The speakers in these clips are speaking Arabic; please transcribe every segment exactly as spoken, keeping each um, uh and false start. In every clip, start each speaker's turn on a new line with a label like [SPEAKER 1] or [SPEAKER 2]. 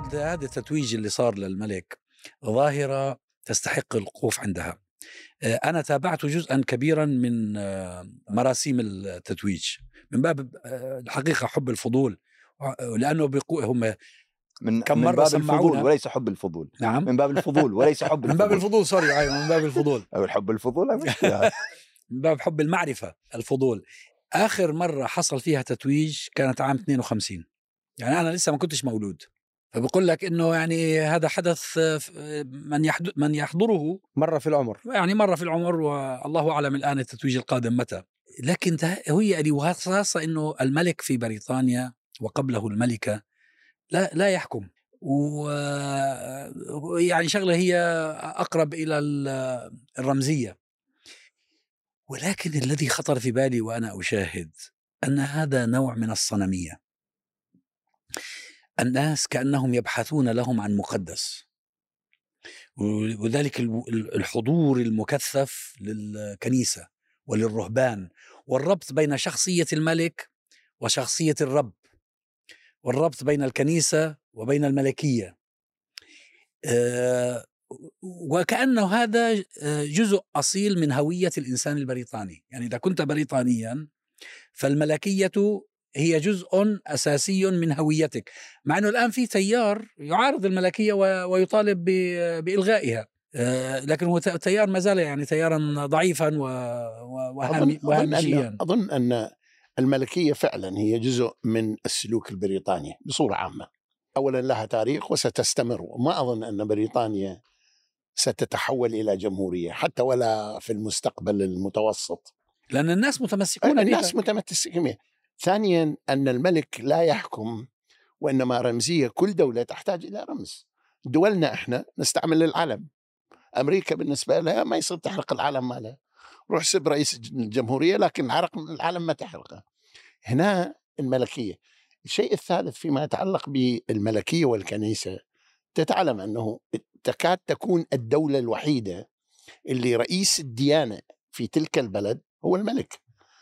[SPEAKER 1] هذا التتويج اللي صار للملك ظاهرة تستحق الوقوف عندها. أنا تابعت جزءا كبيرا من مراسيم التتويج من باب الحقيقة حب الفضول، لأنه هم
[SPEAKER 2] من
[SPEAKER 1] كم
[SPEAKER 2] من
[SPEAKER 1] مرة
[SPEAKER 2] باب الفضول
[SPEAKER 1] سمعونا.
[SPEAKER 2] وليس حب الفضول.
[SPEAKER 1] نعم،
[SPEAKER 2] من باب الفضول وليس حب الفضول.
[SPEAKER 1] من باب الفضول سوري أيوة من باب الفضول
[SPEAKER 2] أو الحب الفضول مشكلة.
[SPEAKER 1] من باب حب المعرفة الفضول. آخر مرة حصل فيها تتويج كانت عام اثنين وخمسين، يعني أنا لسه ما كنتش مولود، فبقول لك إنه يعني هذا حدث من يحضر من يحضره
[SPEAKER 3] مرة في العمر،
[SPEAKER 1] يعني مرة في العمر، والله أعلم الآن التتويج القادم متى. لكن هي وخاصة إنه الملك في بريطانيا وقبله الملكة لا لا يحكم، ويعني شغلة هي أقرب إلى الرمزية. ولكن الذي خطر في بالي وأنا أشاهد أن هذا نوع من الصنمية. الناس كأنهم يبحثون لهم عن مقدس، وذلك الحضور المكثف للكنيسة وللرهبان، والربط بين شخصية الملك وشخصية الرب، والربط بين الكنيسة وبين الملكية، أه وكأنه هذا جزء أصيل من هوية الإنسان البريطاني. يعني إذا كنت بريطانيا فالملكية هي جزء أساسي من هويتك، مع أنه الآن في تيار يعارض الملكية ويطالب بإلغائها، لكن هو تيار ما زال يعني تيارا ضعيفا وهامشيا.
[SPEAKER 4] أظن أن الملكية فعلا هي جزء من السلوك البريطاني بصورة عامة. أولا لها تاريخ وستستمر، وما أظن أن بريطانيا ستتحول إلى جمهورية حتى ولا في المستقبل المتوسط،
[SPEAKER 1] لأن الناس متمسكون بها.
[SPEAKER 4] الناس متمسكين بها. ثانيا أن الملك لا يحكم، وإنما رمزية. كل دولة تحتاج إلى رمز. دولنا إحنا نستعمل العلم. أمريكا بالنسبة لها ما يصير تحرق العلم مالها، روح سب رئيس الجمهورية لكن عرق العلم ما تحرقه. هنا الملكية. الشيء الثالث فيما يتعلق بالملكية والكنيسة، تتعلم أنه تكاد تكون الدولة الوحيدة اللي رئيس الديانة في تلك البلد هو الملك.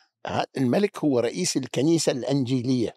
[SPEAKER 4] الملك هو رئيس الكنيسة الأنجيلية،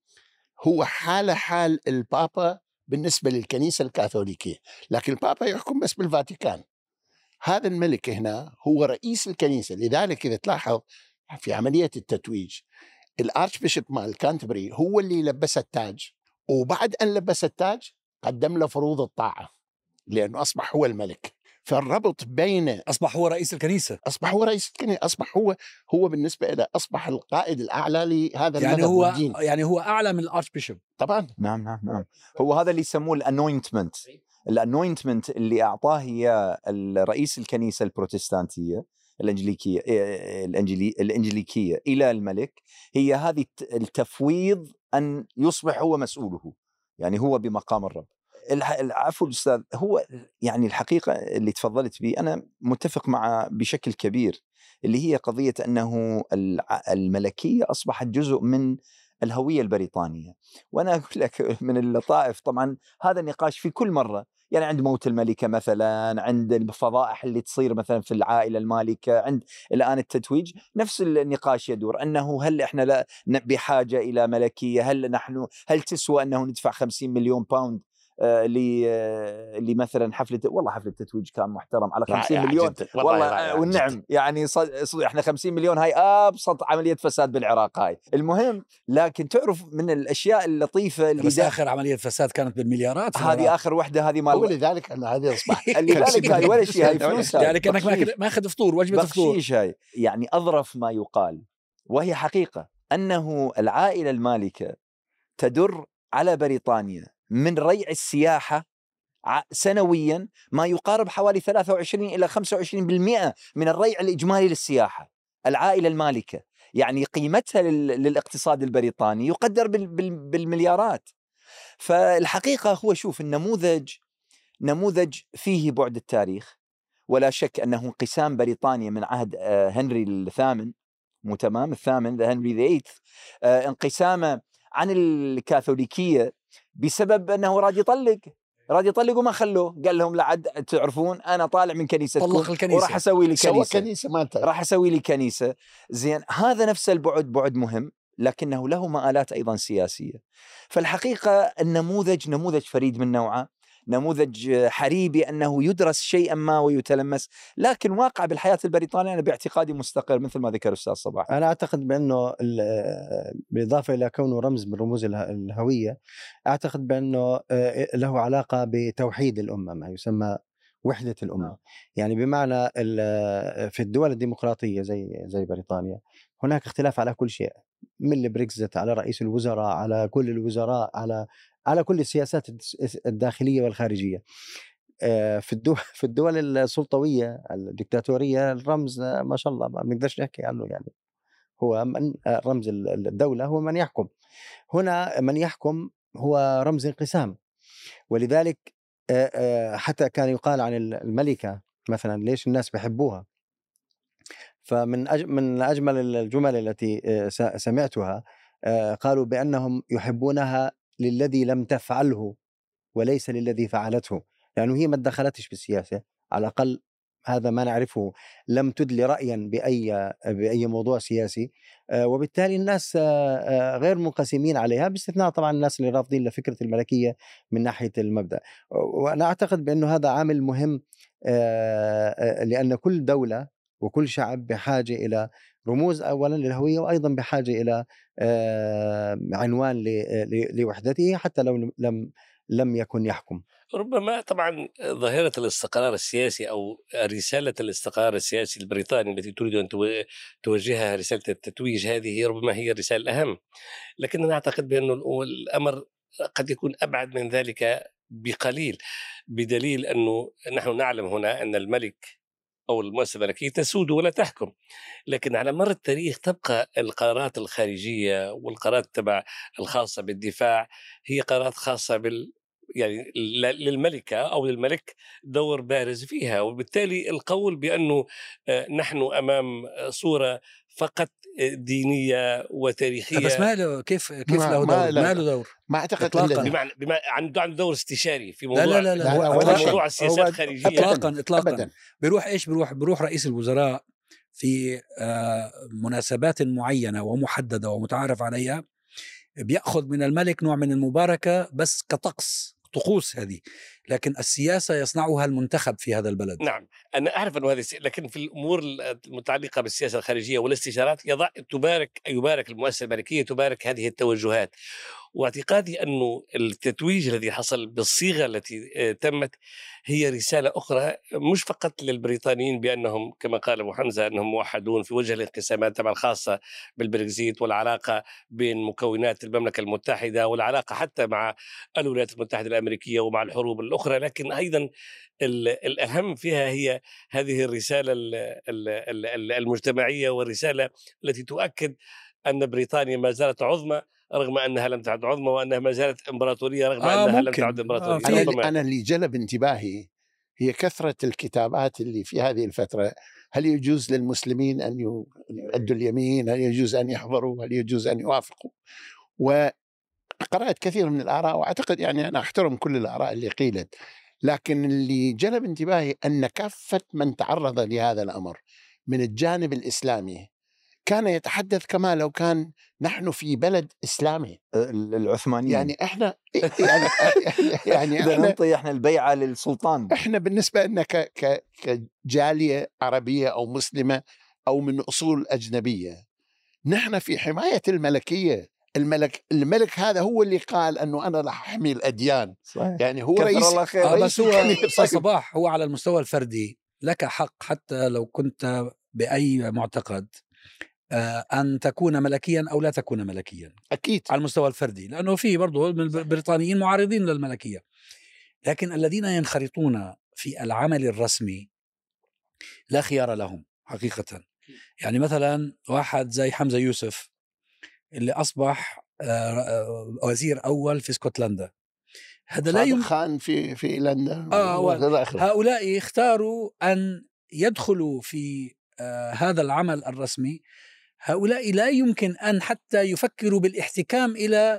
[SPEAKER 4] هو حال حال البابا بالنسبة للكنيسة الكاثوليكية، لكن البابا يحكم بس بالفاتيكان. هذا الملك هنا هو رئيس الكنيسة. لذلك إذا تلاحظ في عملية التتويج، الارش بيشب مال كانتبري هو اللي لبس التاج، وبعد أن لبس التاج قدم له فروض الطاعة لأنه أصبح هو الملك. فالربط بين
[SPEAKER 1] أصبح هو رئيس الكنيسة،
[SPEAKER 4] أصبح هو رئيس الكنيسة، أصبح هو هو بالنسبة إلى أصبح القائد الأعلى لهذا
[SPEAKER 1] يعني
[SPEAKER 4] المذهب
[SPEAKER 1] هو
[SPEAKER 4] والدين.
[SPEAKER 1] يعني هو أعلى من الارش بيشب
[SPEAKER 4] طبعا.
[SPEAKER 2] نعم نعم نعم. هو هذا اللي يسموه الانوينتمنت. الانوينتمنت اللي أعطاه هي الرئيس الكنيسة البروتستانتية الانجليكيه الانجلي الانجليكيه الى الملك، هي هذه التفويض ان يصبح هو مسؤوله، يعني هو بمقام الرب. العفو الاستاذ، هو يعني الحقيقه اللي تفضلت به انا متفق مع بشكل كبير، اللي هي قضيه انه الملكيه اصبحت جزء من الهويه البريطانيه. وانا اقول لك من اللطائف، طبعا هذا النقاش في كل مره، يعني عند موت الملكة مثلا، عند الفضائح اللي تصير مثلا في العائلة المالكة، عند الآن التتويج، نفس النقاش يدور أنه هل إحنا لا بحاجة إلى ملكية؟ هل نحن هل تسوى أنه ندفع خمسين مليون باوند آه اللي مثلا حفلة، والله حفلة التتويج كان محترم على خمسين مليون والله، والنعم يعني صد... احنا خمسين مليون هاي أبسط عملية فساد بالعراق هاي. المهم، لكن تعرف من الأشياء اللطيفة اللي
[SPEAKER 1] بس آخر عملية فساد كانت بالمليارات،
[SPEAKER 2] هذه آخر وحدة، هذه مال
[SPEAKER 4] ولذلك أن هذه أصبح
[SPEAKER 2] لذلك هاي ولا شيء، هاي فلوس،
[SPEAKER 1] يعني كأنك ما أخذ فطور، وجبة فطور.
[SPEAKER 2] هاي يعني أظرف ما يقال، وهي حقيقة أنه العائلة المالكة تدر على بريطانيا من ريع السياحة سنويا ما يقارب حوالي ثلاثة وعشرين إلى خمسة وعشرين بالمئة من الريع الإجمالي للسياحة. العائلة المالكة يعني قيمتها للاقتصاد البريطاني يقدر بالمليارات. فالحقيقة هو شوف النموذج نموذج فيه بعد التاريخ، ولا شك أنه انقسام بريطانيا من عهد هنري الثامن، مو تمام الثامن ذا هنري ذا إيث، انقسامه عن الكاثوليكية بسبب أنه راد يطلق راد يطلق وما خلوه، قال لهم لا عاد تعرفون أنا طالع من كنيستكم وراح أسوي لي كنيسة،
[SPEAKER 4] كنيسة ما
[SPEAKER 2] راح أسوي لي كنيسة. زين، هذا نفس البعد بعد مهم لكنه له مآلات أيضا سياسية. فالحقيقة النموذج نموذج فريد من نوعه، نموذج حريبي أنه يدرس شيئا ما ويتلمس، لكن واقع بالحياة البريطانية أنا باعتقادي مستقر مثل ما ذكر الأستاذ صباح.
[SPEAKER 3] أنا أعتقد بأنه بالإضافة إلى كونه رمز من رموز الهوية، أعتقد بأنه له علاقة بتوحيد الأمة، ما يسمى وحدة الأمة. يعني بمعنى في الدول الديمقراطية زي زي بريطانيا هناك اختلاف على كل شيء، من البريكزيت على رئيس الوزراء، على كل الوزراء، على على كل السياسات الداخلية والخارجية. في الدول في الدول السلطوية الدكتاتورية الرمز ما شاء الله ما بنقدرش نحكي عنه، يعني هو من رمز الدولة هو من يحكم. هنا من يحكم هو رمز انقسام، ولذلك حتى كان يقال عن الملكة مثلا ليش الناس بيحبوها، فمن أج من أجمل الجمل التي سمعتها قالوا بأنهم يحبونها للذي لم تفعله وليس للذي فعلته، لأنه يعني هي ما تدخلتش بالسياسة، على الأقل هذا ما نعرفه، لم تدلي رأيا بأي بأي موضوع سياسي، وبالتالي الناس غير منقسمين عليها، باستثناء طبعا الناس اللي رافضين لفكرة الملكية من ناحية المبدأ. وأنا أعتقد بأنه هذا عامل مهم، لأن كل دولة وكل شعب بحاجة إلى رموز أولا للهوية، وأيضا بحاجة إلى عنوان لوحدته حتى لو لم لم يكن يحكم.
[SPEAKER 5] ربما طبعا ظاهرة الاستقرار السياسي أو رسالة الاستقرار السياسي البريطاني التي تريد أن توجهها، رسالة التتويج، هذه ربما هي الرسالة الأهم، لكن أنا أعتقد بأن الأمر قد يكون أبعد من ذلك بقليل، بدليل أنه نحن نعلم هنا أن الملك أو المؤسسة الملكية تسود ولا تحكم، لكن على مر التاريخ تبقى القرارات الخارجية والقرارات تبع الخاصة بالدفاع هي قرارات خاصة بال يعني للملكة أو للملك دور بارز فيها، وبالتالي القول بأنه نحن أمام صورة فقط دينية وتاريخية.
[SPEAKER 1] بس ما له كيف كيف
[SPEAKER 4] ما
[SPEAKER 1] له
[SPEAKER 4] ما
[SPEAKER 1] دور؟
[SPEAKER 4] لا
[SPEAKER 1] ما له دور
[SPEAKER 4] ما اعتقد
[SPEAKER 1] إطلاقاً.
[SPEAKER 5] بمعنى بما عنده عنده دور استشاري في موضوع
[SPEAKER 1] لا لا لا, لا,
[SPEAKER 4] لا, لا
[SPEAKER 1] هو
[SPEAKER 4] ولا
[SPEAKER 5] في موضوع
[SPEAKER 4] شيء.
[SPEAKER 5] السياسات الخارجية
[SPEAKER 1] اطلاقا اطلاقا
[SPEAKER 4] أبداً.
[SPEAKER 1] بيروح ايش بيروح بيروح رئيس الوزراء في آه مناسبات معينة ومحددة ومتعارف عليها، بيأخذ من الملك نوع من المباركة بس كطقس طقوس هذه، لكن السياسة يصنعها المنتخب في هذا البلد.
[SPEAKER 5] نعم أنا أعرف أنه هذه، لكن في الأمور المتعلقة بالسياسة الخارجية والاستشارات يضع تبارك يبارك المؤسسة الملكية تبارك هذه التوجهات. واعتقادي أنه التتويج الذي حصل بالصيغة التي تمت هي رسالة أخرى مش فقط للبريطانيين بأنهم كما قال أبو حمزة أنهم موحدون في وجه الانقسامات طبعا الخاصة بالبريكزيت والعلاقة بين مكونات المملكة المتحدة والعلاقة حتى مع الولايات المتحدة الأمريكية ومع الحروب الأخرى، لكن أيضا الأهم فيها هي هذه الرسالة المجتمعية والرسالة التي تؤكد أن بريطانيا ما زالت عظمى رغم أنها لم تعد عظمى، وأنها ما زالت إمبراطورية رغم
[SPEAKER 1] آه
[SPEAKER 5] أنها
[SPEAKER 1] ممكن.
[SPEAKER 5] لم تعد إمبراطورية.
[SPEAKER 1] آه
[SPEAKER 4] أنا, اللي أنا اللي جلب انتباهي هي كثرة الكتابات اللي في هذه الفترة. هل يجوز للمسلمين أن يؤدوا اليمين؟ هل يجوز أن يحضروا؟ هل يجوز أن يوافقوا؟ وقرأت كثير من الآراء، وأعتقد يعني أنا أحترم كل الآراء اللي قيلت، لكن اللي جلب انتباهي أن كافة من تعرض لهذا الأمر من الجانب الإسلامي كان يتحدث كما لو كان نحن في بلد إسلامي
[SPEAKER 2] العثمانيين.
[SPEAKER 4] يعني إحنا يعني يعني
[SPEAKER 2] إذا
[SPEAKER 4] إحنا
[SPEAKER 2] ننطي إحنا البيعة للسلطان.
[SPEAKER 4] إحنا بالنسبة لنا ك ك كجالية عربية أو مسلمة أو من أصول أجنبية، نحن في حماية الملكية. الملك الملك هذا هو اللي قال أنه أنا راح أحمي الأديان.
[SPEAKER 2] صحيح.
[SPEAKER 4] يعني هو
[SPEAKER 2] كثر
[SPEAKER 4] رئيس
[SPEAKER 2] الله خير.
[SPEAKER 1] آه بس هو
[SPEAKER 4] رئيس
[SPEAKER 1] صباح هو على المستوى الفردي لك حق حتى لو كنت بأي معتقد أن تكون ملكيا أو لا تكون ملكيا
[SPEAKER 4] أكيد
[SPEAKER 1] على المستوى الفردي، لأنه في برضو من البريطانيين معارضين للملكية، لكن الذين ينخرطون في العمل الرسمي لا خيار لهم حقيقة. يعني مثلا واحد زي حمزة يوسف اللي أصبح وزير أول في اسكتلندا، هذا لا يم...
[SPEAKER 4] خان في في لندن.
[SPEAKER 1] آه هؤلاء اختاروا أن يدخلوا في آه هذا العمل الرسمي. هؤلاء لا يمكن أن حتى يفكروا بالاحتكام إلى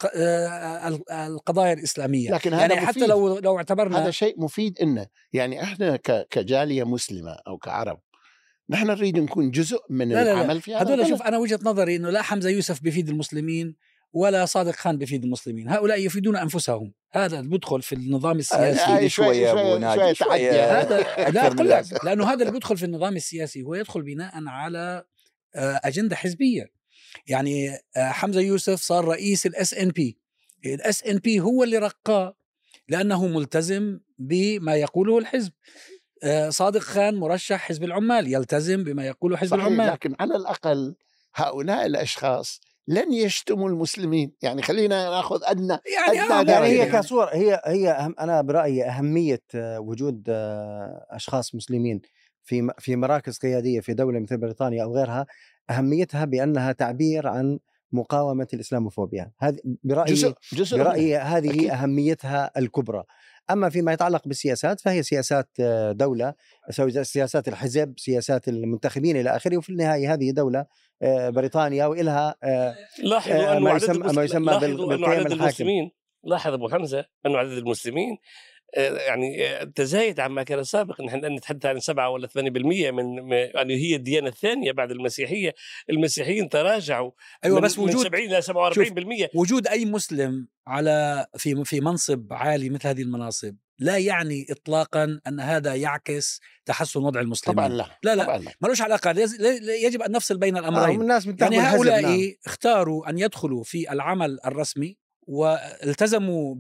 [SPEAKER 1] القضايا الإسلامية،
[SPEAKER 4] لكن
[SPEAKER 1] يعني
[SPEAKER 4] هذا
[SPEAKER 1] حتى
[SPEAKER 4] مفيد.
[SPEAKER 1] لو لو اعتبرنا
[SPEAKER 4] هذا شيء مفيد إنه يعني إحنا كجالية مسلمة أو كعرب نحن نريد نكون جزء من
[SPEAKER 1] لا لا لا.
[SPEAKER 4] العمل في هذا
[SPEAKER 1] هذول
[SPEAKER 4] البلد.
[SPEAKER 1] شوف أنا وجهة نظري إنه لا حمزة يوسف بيفيد المسلمين ولا صادق خان بيفيد المسلمين، هؤلاء يفيدون أنفسهم. هذا اللي بيدخل في النظام السياسي.
[SPEAKER 2] آه شوية أبو ناجي شوية
[SPEAKER 1] هذا لا أقول لك، لأنه هذا اللي بيدخل في النظام السياسي هو يدخل بناء على أجندة حزبية. يعني حمزة يوسف صار رئيس الاس ان بي، الاس ان بي هو اللي رقاه لأنه ملتزم بما يقوله الحزب. صادق خان مرشح حزب العمال يلتزم بما يقوله حزب
[SPEAKER 4] صحيح،
[SPEAKER 1] العمال.
[SPEAKER 4] لكن على الأقل هؤلاء الأشخاص لن يشتموا المسلمين. يعني خلينا ناخذ أدنى
[SPEAKER 1] يعني,
[SPEAKER 4] أدنى
[SPEAKER 1] آه
[SPEAKER 3] يعني هي
[SPEAKER 1] يعني
[SPEAKER 3] كصورة، هي هي أهم أنا برأيي أهمية وجود أشخاص مسلمين في في مراكز قيادية في دولة مثل بريطانيا أو غيرها، أهميتها بأنها تعبير عن مقاومة الإسلاموفوبيا. هذه برأيي
[SPEAKER 4] جزء جزء
[SPEAKER 3] برأيي هذه
[SPEAKER 4] أكيد.
[SPEAKER 3] أهميتها الكبرى. أما فيما يتعلق بالسياسات فهي سياسات دولة، سياسات الحزب، سياسات المنتخبين إلى آخره، وفي النهاية هذه دولة بريطانيا وإلها
[SPEAKER 5] لاحظوا أنه
[SPEAKER 3] ما
[SPEAKER 5] عدد
[SPEAKER 3] يسمى, ما يسمى
[SPEAKER 5] لاحظوا أنه عدد
[SPEAKER 3] الحاكم.
[SPEAKER 5] المسلمين، لاحظ أبو حمزة أنه عدد المسلمين يعني تزايد عما كان سابقا. نحن نتحدث عن سبعة ولا ثمانية بالمئة من يعني هي الديانة الثانية بعد المسيحية. المسيحيين تراجعوا
[SPEAKER 1] أيوة،
[SPEAKER 5] من
[SPEAKER 1] بس وجود
[SPEAKER 5] من سبعين إلى سبعة وأربعين بالمئة.
[SPEAKER 1] وجود أي مسلم على في في منصب عالي مثل هذه المناصب لا يعني إطلاقا أن هذا يعكس تحسن وضع المسلمين.
[SPEAKER 4] طبعا لا
[SPEAKER 1] لا لا,
[SPEAKER 4] طبعا لا.
[SPEAKER 1] ملوش علاقة. يجب أن نفصل بين الأمرين.
[SPEAKER 3] آه الناس
[SPEAKER 1] يعني هؤلاء
[SPEAKER 3] نعم.
[SPEAKER 1] اختاروا أن يدخلوا في العمل الرسمي والتزموا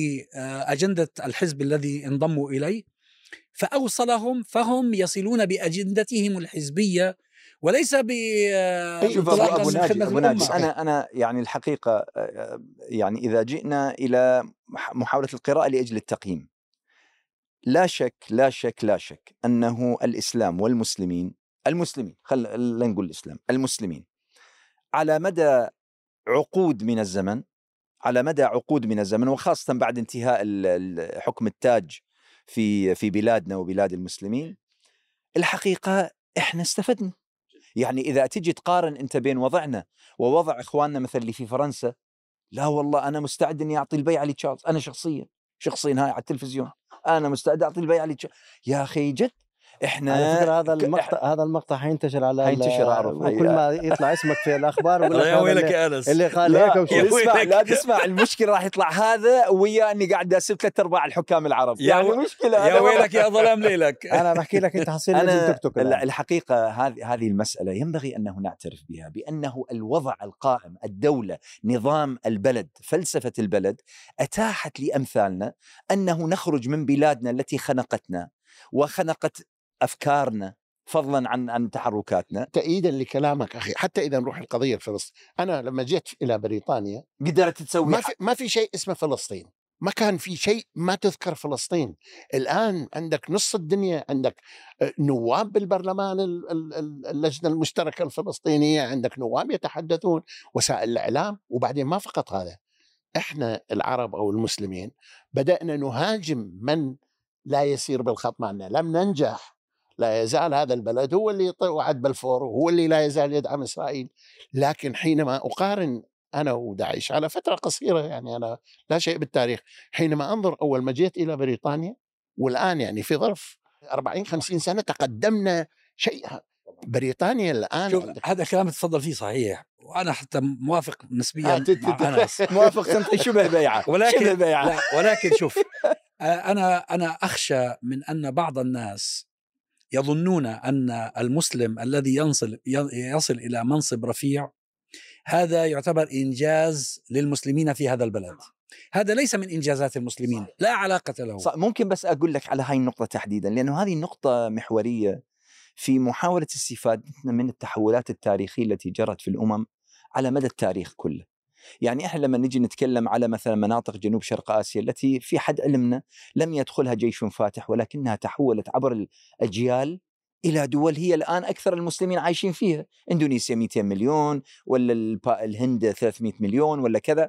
[SPEAKER 1] بأجندة الحزب الذي انضموا إليه، فأوصلهم، فهم يصلون بأجندتهم الحزبية وليس ب
[SPEAKER 2] أبو ناجي أبو ناجي أنا أنا يعني الحقيقة يعني إذا جئنا إلى محاولة القراءة لأجل التقييم، لا شك لا شك لا شك أنه الإسلام والمسلمين المسلمين خلينا نقول الإسلام المسلمين على مدى عقود من الزمن على مدى عقود من الزمن وخاصة بعد انتهاء حكم التاج في في بلادنا وبلاد المسلمين، الحقيقة إحنا استفدنا. يعني إذا تيجي تقارن أنت بين وضعنا ووضع إخواننا مثل اللي في فرنسا، لا والله أنا مستعد إني أعطي البيعة لتشارلز. أنا شخصيا شخصيا هاي على التلفزيون أنا مستعد أعطي البيعة لتشارلز. يا أخي جد إحنا
[SPEAKER 3] على فكرة هذا المقطع هذا المقطع حينتشر على
[SPEAKER 2] حينتشر أعرف
[SPEAKER 3] وكل ما يطلع اسمك في الأخبار ويقول لك
[SPEAKER 1] يا ويلك يا
[SPEAKER 3] اللي,
[SPEAKER 1] أنس
[SPEAKER 3] اللي قال
[SPEAKER 2] لا
[SPEAKER 3] هيك
[SPEAKER 2] تسمع لا تسمع المشكلة راح يطلع هذا ويا إني قاعد أسب ثلاث أرباع الحكام العرب. يعني
[SPEAKER 1] و...
[SPEAKER 2] مشكلة
[SPEAKER 1] يا ويلك يا ظلام ليلك.
[SPEAKER 3] أنا بحكي لك أنت حصير
[SPEAKER 2] أنا
[SPEAKER 3] تيك توك.
[SPEAKER 2] الحقيقة هذه هذه المسألة ينبغي أنه نعترف بها، بأنه الوضع القائم، الدولة، نظام البلد، فلسفة البلد أتاحت لأمثالنا أنه نخرج من بلادنا التي خنقتنا وخنقت أفكارنا فضلا عن عن تحركاتنا.
[SPEAKER 4] تأييدا لكلامك أخي، حتى إذا نروح القضية الفلسطينية، أنا لما جيت إلى بريطانيا
[SPEAKER 2] قدرت تسوي
[SPEAKER 4] ما في ما في شيء اسمه فلسطين، ما كان في شيء ما تذكر فلسطين. الآن عندك نص الدنيا، عندك نواب بالبرلمان اللجنة المشتركة الفلسطينية، عندك نواب يتحدثون، وسائل الإعلام. وبعدين ما فقط هذا، إحنا العرب أو المسلمين بدأنا نهاجم من لا يسير بالخط معنا. لم ننجح، لا يزال هذا البلد هو اللي وعد بلفور وهو اللي لا يزال يدعم إسرائيل. لكن حينما أقارن أنا وداعش على فترة قصيرة، يعني أنا لا شيء بالتاريخ، حينما أنظر أول ما جيت إلى بريطانيا والآن يعني في ظرف أربعين خمسين سنة تقدمنا شيء. بريطانيا الآن
[SPEAKER 1] شوف هذا كلام تفضل فيه صحيح، وأنا حتى موافق نسبيا
[SPEAKER 2] آه
[SPEAKER 1] مع أنس.
[SPEAKER 2] موافق شبه بيعة
[SPEAKER 1] ولكن
[SPEAKER 2] شبه بيعة.
[SPEAKER 1] لا ولكن شوف أنا أنا أخشى من أن بعض الناس يظنون أن المسلم الذي ينصل يصل إلى منصب رفيع هذا يعتبر إنجاز للمسلمين في هذا البلد. هذا ليس من إنجازات المسلمين، لا علاقة له.
[SPEAKER 2] ممكن بس أقول لك على هاي النقطة تحديدا، لأنه هذه النقطة محورية في محاولة استفادتنا من التحولات التاريخية التي جرت في الأمم على مدى التاريخ كله. يعني إحنا لما نجي نتكلم على مثلا مناطق جنوب شرق آسيا التي في حد علمنا لم يدخلها جيش فاتح، ولكنها تحولت عبر الأجيال إلى دول هي الآن أكثر المسلمين عايشين فيها. إندونيسيا مئتين مليون، ولا الهند ثلاثمئة مليون، ولا كذا.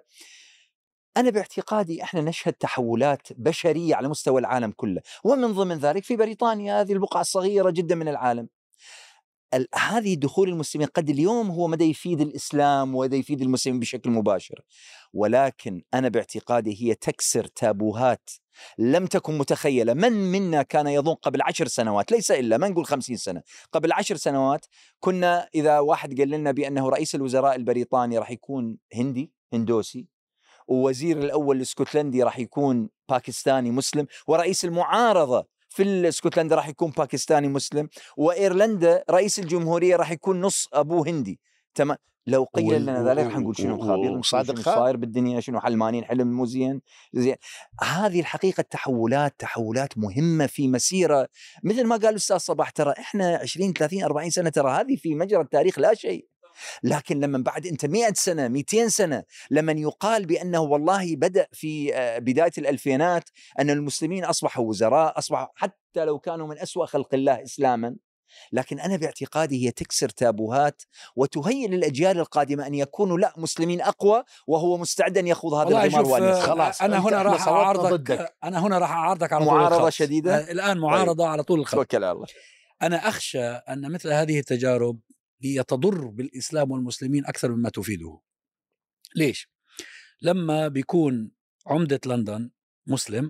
[SPEAKER 2] أنا باعتقادي إحنا نشهد تحولات بشرية على مستوى العالم كله، ومن ضمن ذلك في بريطانيا، هذه البقعة الصغيرة جدا من العالم. هذه دخول المسلمين قد اليوم هو مدى يفيد الإسلام ومدى يفيد المسلمين بشكل مباشر، ولكن أنا باعتقادي هي تكسر تابوهات لم تكن متخيلة. من منا كان يظن قبل عشر سنوات، ليس إلا ما نقول خمسين سنة، قبل عشر سنوات كنا إذا واحد قال لنا بأنه رئيس الوزراء البريطاني راح يكون هندي هندوسي، ووزير الأول الاسكتلندي راح يكون باكستاني مسلم، ورئيس المعارضة في الاسكتلندا راح يكون باكستاني مسلم، وإيرلندا رئيس الجمهورية راح يكون نص أبوه هندي. تمام. لو قيل لنا ذلك حنقول شنو خابر، شنو صاير بالدنيا، شنو حلمانين حلم مو زين زين. هذه الحقيقة تحولات تحولات مهمة في مسيرة، مثل ما قال الأستاذ صباح، ترى إحنا عشرين ثلاثين أربعين سنة، ترى هذه في مجرى التاريخ لا شيء. لكن لما بعد أنت مئة سنة مئتين سنة، لما يقال بأنه والله بدأ في بداية الألفينات أن المسلمين أصبحوا وزراء، أصبحوا حتى لو كانوا من أسوأ خلق الله إسلاما، لكن أنا باعتقادي هي تكسر تابوهات وتهيئ للأجيال القادمة أن يكونوا لا مسلمين أقوى، وهو مستعد أن يخوض هذا الغمار والنساء.
[SPEAKER 1] خلاص أنا هنا راح أعارضك أنا هنا راح أعارضك على
[SPEAKER 2] معارضة
[SPEAKER 1] طول
[SPEAKER 2] شديدة
[SPEAKER 1] الآن، معارضة طيب. على طول الخط.
[SPEAKER 2] توكل على الله.
[SPEAKER 1] أنا أخشى أن مثل هذه التجارب هي تضر بالإسلام والمسلمين أكثر مما تفيده. ليش؟ لما بيكون عمدة لندن مسلم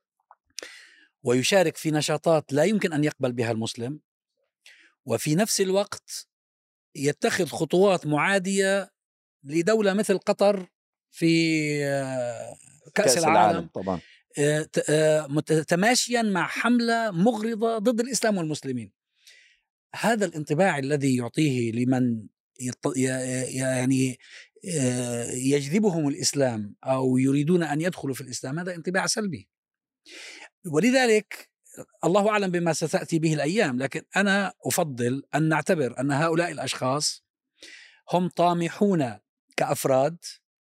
[SPEAKER 1] ويشارك في نشاطات لا يمكن أن يقبل بها المسلم، وفي نفس الوقت يتخذ خطوات معادية لدولة مثل قطر في كأس, كأس العالم, العالم
[SPEAKER 2] طبعا
[SPEAKER 1] تماشيا مع حملة مغرضة ضد الإسلام والمسلمين. هذا الانطباع الذي يعطيه لمن يعني يجذبهم الإسلام أو يريدون أن يدخلوا في الإسلام، هذا انطباع سلبي. ولذلك الله أعلم بما ستأتي به الأيام، لكن أنا أفضل أن نعتبر أن هؤلاء الأشخاص هم طامحون كأفراد،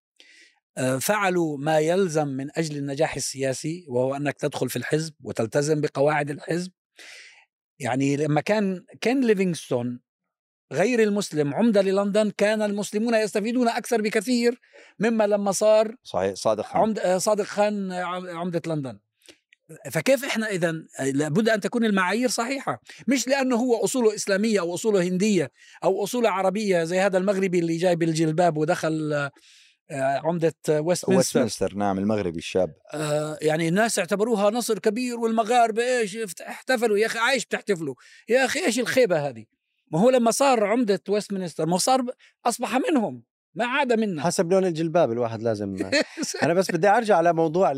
[SPEAKER 1] فعلوا ما يلزم من أجل النجاح السياسي، وهو أنك تدخل في الحزب وتلتزم بقواعد الحزب. يعني لما كان كان ليفينغستون غير المسلم عمدة للندن، كان المسلمون يستفيدون أكثر بكثير مما لما صار
[SPEAKER 2] صحيح صادق خان
[SPEAKER 1] عمد صادق خان عمدة لندن. فكيف إحنا إذن لابد أن تكون المعايير صحيحة، مش لأنه هو أصوله إسلامية أو أصوله هندية أو أصوله عربية زي هذا المغربي اللي جاي بالجلباب ودخل عمدة ويستمنستر.
[SPEAKER 2] نعم المغربي الشاب.
[SPEAKER 1] آه يعني الناس اعتبروها نصر كبير، والمغاربة إيش احتفلوا. يا أخي عايش بتحتفلوا يا أخي، إيش الخيبة هذه؟ ما هو لما صار عمدة ويستمنستر ما صار أصبح منهم، ما عاد منا.
[SPEAKER 3] حسب لون الجلباب الواحد لازم. أنا بس بدي أرجع على موضوع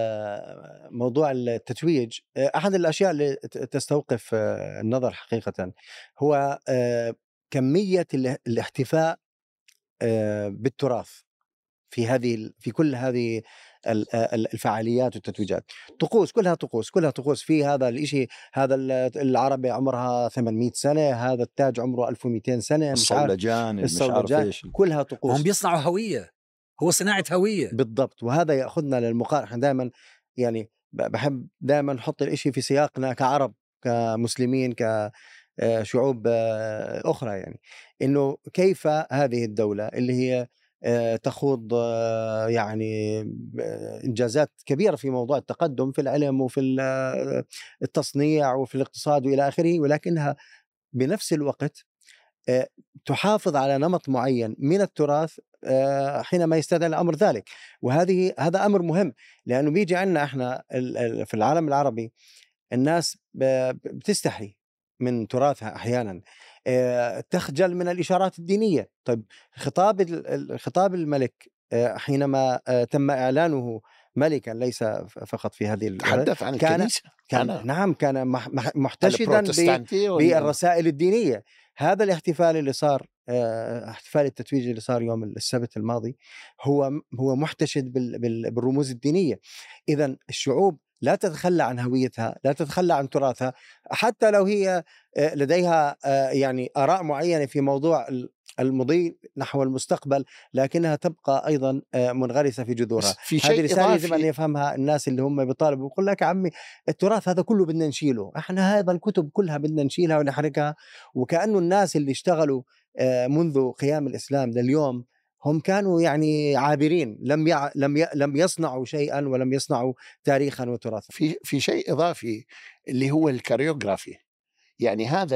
[SPEAKER 3] موضوع التتويج. أحد الأشياء اللي تستوقف النظر حقيقة هو كمية الاحتفاء بالتراث في هذه في كل هذه الفعاليات والتتويجات. طقوس كلها طقوس كلها طقوس في هذا الإشي. هذا العربة عمرها ثمانمئة سنة، هذا التاج عمره ألف ومئتين سنة،
[SPEAKER 2] الصولجان
[SPEAKER 3] الصولجان كلها طقوس.
[SPEAKER 1] هم بيصنعوا هوية، هو صناعة هوية
[SPEAKER 3] بالضبط. وهذا يأخذنا للمقارنة. احنا دائما يعني بحب دائما نحط الإشي في سياقنا كعرب كمسلمين كشعوب أخرى، يعني إنه كيف هذه الدولة اللي هي تخوض يعني إنجازات كبيرة في موضوع التقدم في العلم وفي التصنيع وفي الاقتصاد وإلى آخره، ولكنها بنفس الوقت تحافظ على نمط معين من التراث حينما يستدعي الأمر ذلك. وهذه هذا أمر مهم، لأنه بيجي عندنا إحنا في العالم العربي الناس بتستحي من تراثها أحيانا، تخجل من الإشارات الدينية. طيب خطاب خطاب الملك حينما تم إعلانه ملكا ليس فقط في هذه
[SPEAKER 4] تحدث عن
[SPEAKER 3] كان
[SPEAKER 4] الكنيسة
[SPEAKER 3] كان
[SPEAKER 4] أنا.
[SPEAKER 3] نعم كان محتشدا بالرسائل الدينية. هذا الاحتفال اللي صار احتفال التتويج اللي صار يوم السبت الماضي هو هو محتشد بالرموز الدينية. إذن الشعوب لا تتخلى عن هويتها، لا تتخلى عن تراثها، حتى لو هي لديها يعني آراء معينة في موضوع المضي نحو المستقبل، لكنها تبقى أيضا منغرسة في جذورها.
[SPEAKER 4] في شيء
[SPEAKER 3] هذه رسالة يجب أن يفهمها الناس اللي هم بيطالبوا، بيقول لك عمي التراث هذا كله بدنا نشيله، احنا هذا الكتب كلها بدنا نشيلها ونحرقها. وكأنه الناس اللي اشتغلوا منذ قيام الإسلام لليوم هم كانوا يعني عابرين، لم يع... لم ي... لم يصنعوا شيئا ولم يصنعوا تاريخا وتراثا.
[SPEAKER 4] في في شيء إضافي اللي هو الكاريوغرافي. يعني هذا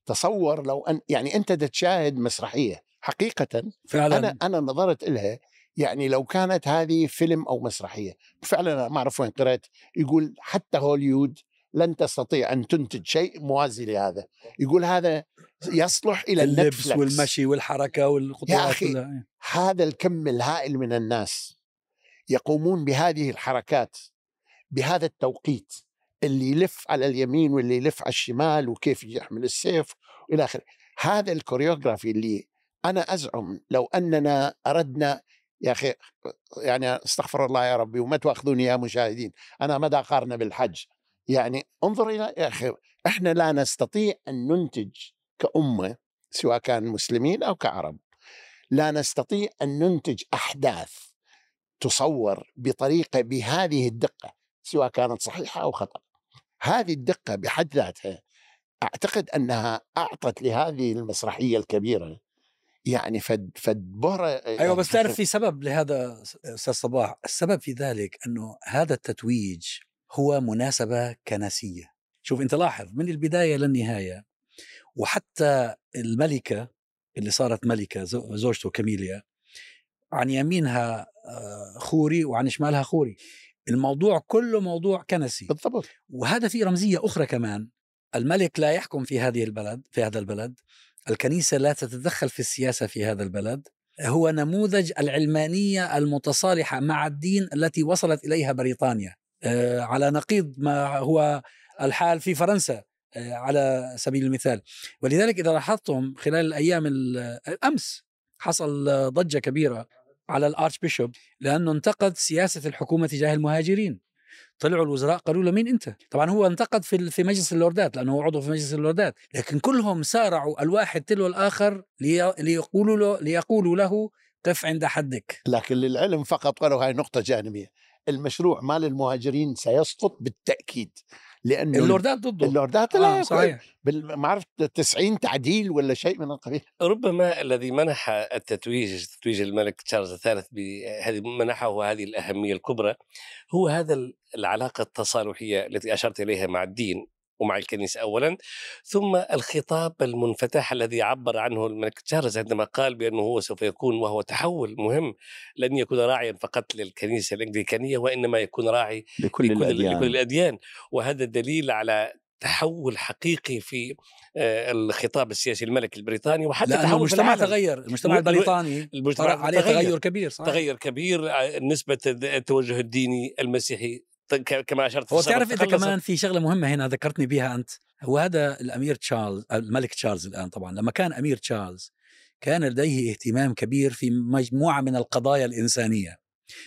[SPEAKER 4] تصور لو أن يعني أنت تشاهد مسرحية حقيقة
[SPEAKER 1] فعلا.
[SPEAKER 4] أنا أنا نظرت إلها، يعني لو كانت هذه فيلم أو مسرحية فعلا أنا ما أعرف وين قرأت يقول حتى هوليود لن تستطيع أن تنتج شيء موازي لهذا، يقول هذا يصلح إلى
[SPEAKER 1] اللبس
[SPEAKER 4] النتفلكس
[SPEAKER 1] والمشي والحركة والخطوات.
[SPEAKER 4] يا أخي
[SPEAKER 1] كلها.
[SPEAKER 4] هذا الكم الهائل من الناس يقومون بهذه الحركات بهذا التوقيت، اللي يلف على اليمين واللي يلف على الشمال وكيف يحمل السيف والى اخره. هذا الكوريوغرافي اللي انا ازعم لو اننا اردنا يا اخي، يعني استغفر الله يا ربي وما تواخذوني يا مشاهدين، انا مدى قارنه بالحج، يعني انظر الى يا اخي احنا لا نستطيع ان ننتج كأمة سواء كان مسلمين او كعرب، لا نستطيع ان ننتج احداث تصور بطريقه بهذه الدقه سواء كانت صحيحه او خطأ. هذه الدقه بحد ذاتها اعتقد انها اعطت لهذه المسرحيه الكبيره يعني فد فد بهره.
[SPEAKER 1] ايوه
[SPEAKER 4] يعني
[SPEAKER 1] بس تعرف في سبب لهذا استاذ صباح، السبب في ذلك انه هذا التتويج هو مناسبه كنسيه. شوف انت لاحظ من البدايه للنهايه، وحتى الملكه اللي صارت ملكه زوجته كاميليا عن يمينها خوري وعن شمالها خوري، الموضوع كله موضوع كنسي
[SPEAKER 4] بالضبط.
[SPEAKER 1] وهذا في رمزيه اخرى كمان، الملك لا يحكم في هذه البلد في هذا البلد، الكنيسة لا تتدخل في السياسة في هذا البلد، هو نموذج العلمانية المتصالحة مع الدين التي وصلت إليها بريطانيا، آه على نقيض ما هو الحال في فرنسا آه على سبيل المثال. ولذلك إذا لاحظتم خلال الأيام الأمس حصل ضجة كبيرة على الارش بيشوب لأنه انتقد سياسة الحكومة تجاه المهاجرين. طلعوا الوزراء قالوا له مين انت؟ طبعا هو انتقد في في مجلس اللوردات لانه هو عضو في مجلس اللوردات، لكن كلهم سارعوا الواحد تلو الاخر ليقولوا له ليقولوا له قف عند حدك.
[SPEAKER 4] لكن للعلم فقط قالوا هاي نقطة جانبية، المشروع مال المهاجرين سيسقط بالتأكيد لأنه
[SPEAKER 1] اللوردات ضده.
[SPEAKER 4] اللوردات
[SPEAKER 1] آه
[SPEAKER 4] لا
[SPEAKER 1] صحيح.
[SPEAKER 4] ما عرفت تسعين تعديل ولا شيء من القبيل.
[SPEAKER 5] ربما الذي منح التتويج تتويج الملك تشارلز الثالث بهذه منحه وهذه الأهمية الكبرى هو هذا العلاقة التصالحية التي أشرت إليها مع الدين ومع الكنيسة أولا، ثم الخطاب المنفتح الذي عبر عنه الملك تشارلز عندما قال بأنه هو سوف يكون وهو تحول مهم، لن يكون راعيا فقط للكنيسة الأنجليكانية وإنما يكون راعي
[SPEAKER 2] لكل,
[SPEAKER 5] لكل,
[SPEAKER 2] الأديان.
[SPEAKER 5] لكل الأديان. وهذا دليل على تحول حقيقي في الخطاب السياسي الملك البريطاني، وحتى
[SPEAKER 1] لأنه المجتمع تغير، المجتمع البريطاني
[SPEAKER 5] المجتمع
[SPEAKER 1] عليه تغير, تغير كبير صحيح.
[SPEAKER 5] تغير كبير نسبة التوجه الديني المسيحي كما أشرت.
[SPEAKER 1] هو تعرف أنت كمان في شغلة مهمة هنا ذكرتني بها أنت، هو هذا الأمير تشارلز الملك تشارلز الآن طبعا لما كان أمير تشارلز كان لديه اهتمام كبير في مجموعة من القضايا الإنسانية،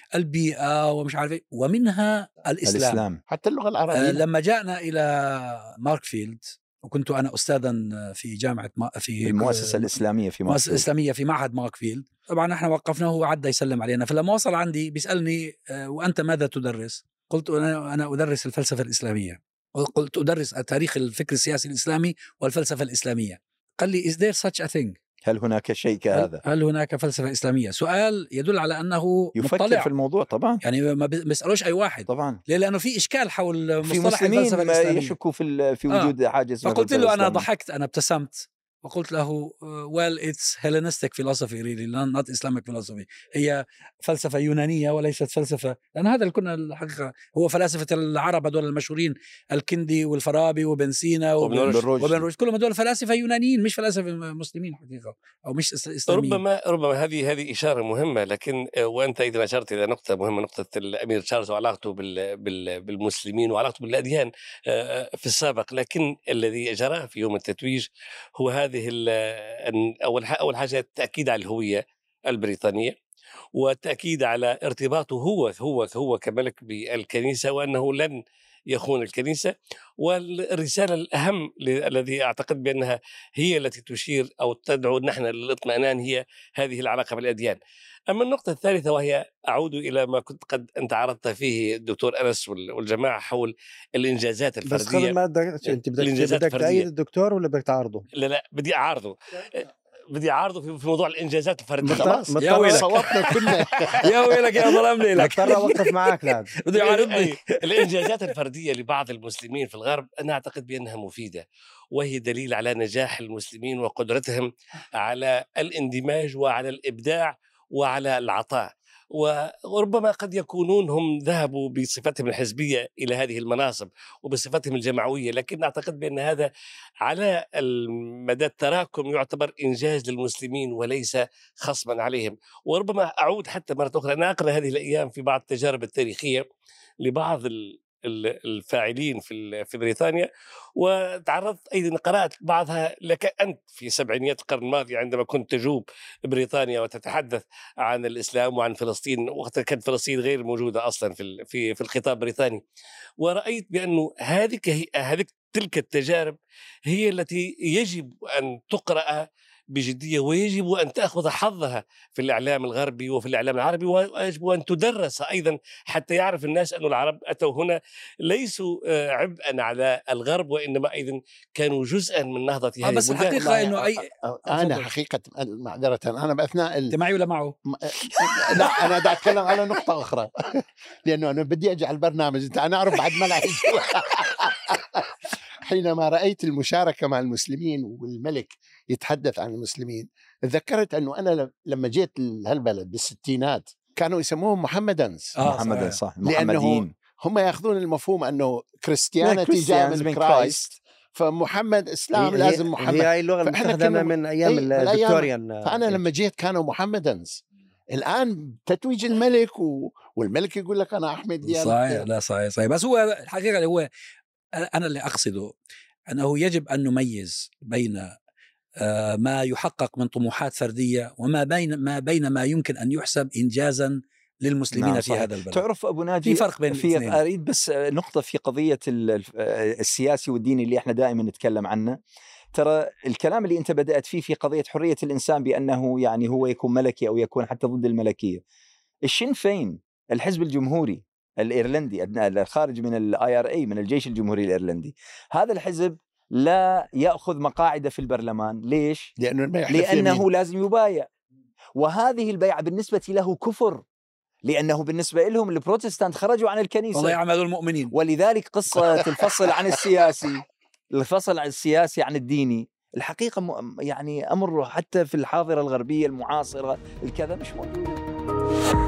[SPEAKER 1] البيئة ومش عارف ايه، ومنها الإسلام. الإسلام
[SPEAKER 4] حتى اللغة العربية.
[SPEAKER 1] آه لما جاءنا إلى ماركفيلد وكنت أنا أستاذا في جامعة ما في
[SPEAKER 2] المؤسسة الإسلامية في
[SPEAKER 1] المؤسسة الإسلامية في معهد ماركفيلد، طبعا احنا وقفناه وعدى يسلم علينا، فلما وصل عندي بيسألني آه وأنت ماذا تدرس؟ قلت أنا أنا أدرس الفلسفة الإسلامية، قلت أدرس تاريخ الفكر السياسي الإسلامي والفلسفة الإسلامية. قال لي is there such a thing؟
[SPEAKER 2] هل هناك شيء كهذا؟
[SPEAKER 1] هل هناك فلسفة إسلامية؟ سؤال يدل على أنه
[SPEAKER 2] يفكر
[SPEAKER 1] مطلع
[SPEAKER 2] في الموضوع طبعا،
[SPEAKER 1] يعني ما بيسألوش أي واحد
[SPEAKER 2] طبعا،
[SPEAKER 1] ليه؟ لأنه في إشكال حول
[SPEAKER 2] في
[SPEAKER 1] مصطلح
[SPEAKER 2] مسلمين
[SPEAKER 1] الفلسفة الإسلامية
[SPEAKER 2] يشكوا في في وجود آه. حاجة اسمها
[SPEAKER 1] فقلت له أنا ضحكت، أنا ابتسمت وقلت له well it's Hellenistic philosophy really not Islamic philosophy، هي فلسفة يونانية وليست فلسفة، لأن هذا اللي كنا الحقيقة هو فلاسفة العرب هذول المشهورين الكندي والفارابي وابن سينا وابن رشد، كلهم هذول فلاسفة يونانيين مش فلاسفة مسلمين حقيقة أو مش إسلاميين.
[SPEAKER 5] ربما ربما هذه هذه إشارة مهمة، لكن وأنت إذا أشرت إلى نقطة مهمة، نقطة الأمير تشارلز وعلاقته بال بال بالمسلمين وعلاقته بالأديان في السابق، لكن الذي جرى في يوم التتويج هو هذه أول أول حاجة التأكيد على الهوية البريطانية والتأكيد على ارتباطه هو هو هو كملك بالكنيسة وأنه لن يخون الكنيسة. والرسالة الأهم الذي أعتقد بأنها هي التي تشير أو تدعو نحن للاطمئنان هي هذه العلاقة بالأديان. أما النقطة الثالثة وهي أعود إلى ما كنت قد أنت عرضت فيه الدكتور أنس والجماعة حول الإنجازات الفردية.
[SPEAKER 3] بس قبل ما أنت بدك بدك تأيد الدكتور ولا بدك تعارضه؟
[SPEAKER 5] لا لا بدي أعارضه. بدي اعارضه في موضوع الانجازات الفرديه.
[SPEAKER 4] خلاص
[SPEAKER 1] يا ويلك.
[SPEAKER 4] صوتنا كنا
[SPEAKER 1] يا ويلك يا ظلام ليلك.
[SPEAKER 3] اضطر اوقف معك لا
[SPEAKER 1] بده يعارضني.
[SPEAKER 5] أي- الانجازات الفرديه لبعض المسلمين في الغرب انا اعتقد بانها مفيده، وهي دليل على نجاح المسلمين وقدرتهم على الاندماج وعلى الابداع وعلى العطاء. وربما قد يكونون هم ذهبوا بصفتهم الحزبيه الى هذه المناصب وبصفتهم الجماعويه، لكن اعتقد بان هذا على المدى التراكم يعتبر انجاز للمسلمين وليس خصما عليهم. وربما اعود حتى مره اخرى، انا اقرا هذه الايام في بعض التجارب التاريخيه لبعض ال الفاعلين في في بريطانيا، وتعرضت ايضا قرات بعضها لك انت في سبعينيات القرن الماضي عندما كنت تجوب بريطانيا وتتحدث عن الاسلام وعن فلسطين، وقتها كانت فلسطين غير موجوده اصلا في في في الخطاب البريطاني. ورايت بانه هذه هذه تلك التجارب هي التي يجب ان تقرا بجدية، ويجب أن تأخذ حظها في الإعلام الغربي وفي الإعلام العربي، ويجب أن تدرس أيضا حتى يعرف الناس أن العرب أتوا هنا ليسوا عبئا على الغرب، وإنما أيضا كانوا جزءا من نهضة هذه
[SPEAKER 1] بس
[SPEAKER 5] البلدان.
[SPEAKER 1] الحقيقة أنه أي
[SPEAKER 4] انا حقيقه معذره انا باثناء
[SPEAKER 1] أنت
[SPEAKER 4] ال...
[SPEAKER 1] معي ولا معه؟
[SPEAKER 4] لا انا بدي اتكلم على نقطه اخرى، لانه انا بدي اجي على البرنامج، انت انا اعرف بعد ما لعبت. حينما رايت المشاركه مع المسلمين والملك يتحدث عن المسلمين، تذكرت انه انا لما جيت لهالبلد بالستينات كانوا يسموهم محمدنز.
[SPEAKER 1] آه
[SPEAKER 2] محمدا
[SPEAKER 1] صحيح.
[SPEAKER 2] صح،
[SPEAKER 4] لانه
[SPEAKER 2] محمديين.
[SPEAKER 4] هم ياخذون المفهوم انه كريستيانيتي جاء من كرايست، فمحمد اسلام
[SPEAKER 3] هي-
[SPEAKER 4] لازم
[SPEAKER 3] هي
[SPEAKER 4] محمد.
[SPEAKER 3] هاي اللغه
[SPEAKER 4] فإحنا
[SPEAKER 3] المستخدمه
[SPEAKER 4] كنا-
[SPEAKER 3] من ايام
[SPEAKER 4] إيه، من أيام-
[SPEAKER 3] الفيكتوريان.
[SPEAKER 4] فانا لما جيت كانوا محمدنز. الان تتويج الملك و... والملك يقول لك انا احمد ديانة.
[SPEAKER 1] صحيح، لا صحيح صحيح. بس هو الحقيقة اللي هو أنا اللي أقصده أنه يجب أن نميز بين آه، ما يحقق من طموحات فردية وما بين ما بين ما يمكن أن يحسب إنجازا للمسلمين
[SPEAKER 2] نعم
[SPEAKER 1] في
[SPEAKER 2] صحيح.
[SPEAKER 1] هذا البلد.
[SPEAKER 2] تعرف أبو ناجي،
[SPEAKER 1] في فرق بين
[SPEAKER 2] في
[SPEAKER 1] الاثنين.
[SPEAKER 2] أريد بس نقطة في قضية ال- السياسي والديني اللي احنا دائما نتكلم عنه. ترى الكلام اللي انت بدأت فيه في قضية حرية الإنسان بأنه يعني هو يكون ملكي أو يكون حتى ضد الملكية. الشين فين الحزب الجمهوري الإيرلندي الخارج من الاي ار اي من الجيش الجمهوري الإيرلندي، هذا الحزب لا يأخذ مقاعد في البرلمان. ليش؟
[SPEAKER 4] لانه ما يحلف
[SPEAKER 2] لأنه
[SPEAKER 4] يمين.
[SPEAKER 2] لازم يبايع، وهذه البيعة بالنسبة له كفر، لأنه بالنسبة لهم البروتستانت خرجوا عن الكنيسة.
[SPEAKER 1] والله يعملوا المؤمنين.
[SPEAKER 2] ولذلك قصة الفصل عن السياسي الفصل عن السياسي عن الديني الحقيقة م- يعني أمر حتى في الحاضرة الغربية المعاصرة الكذا مش موجود.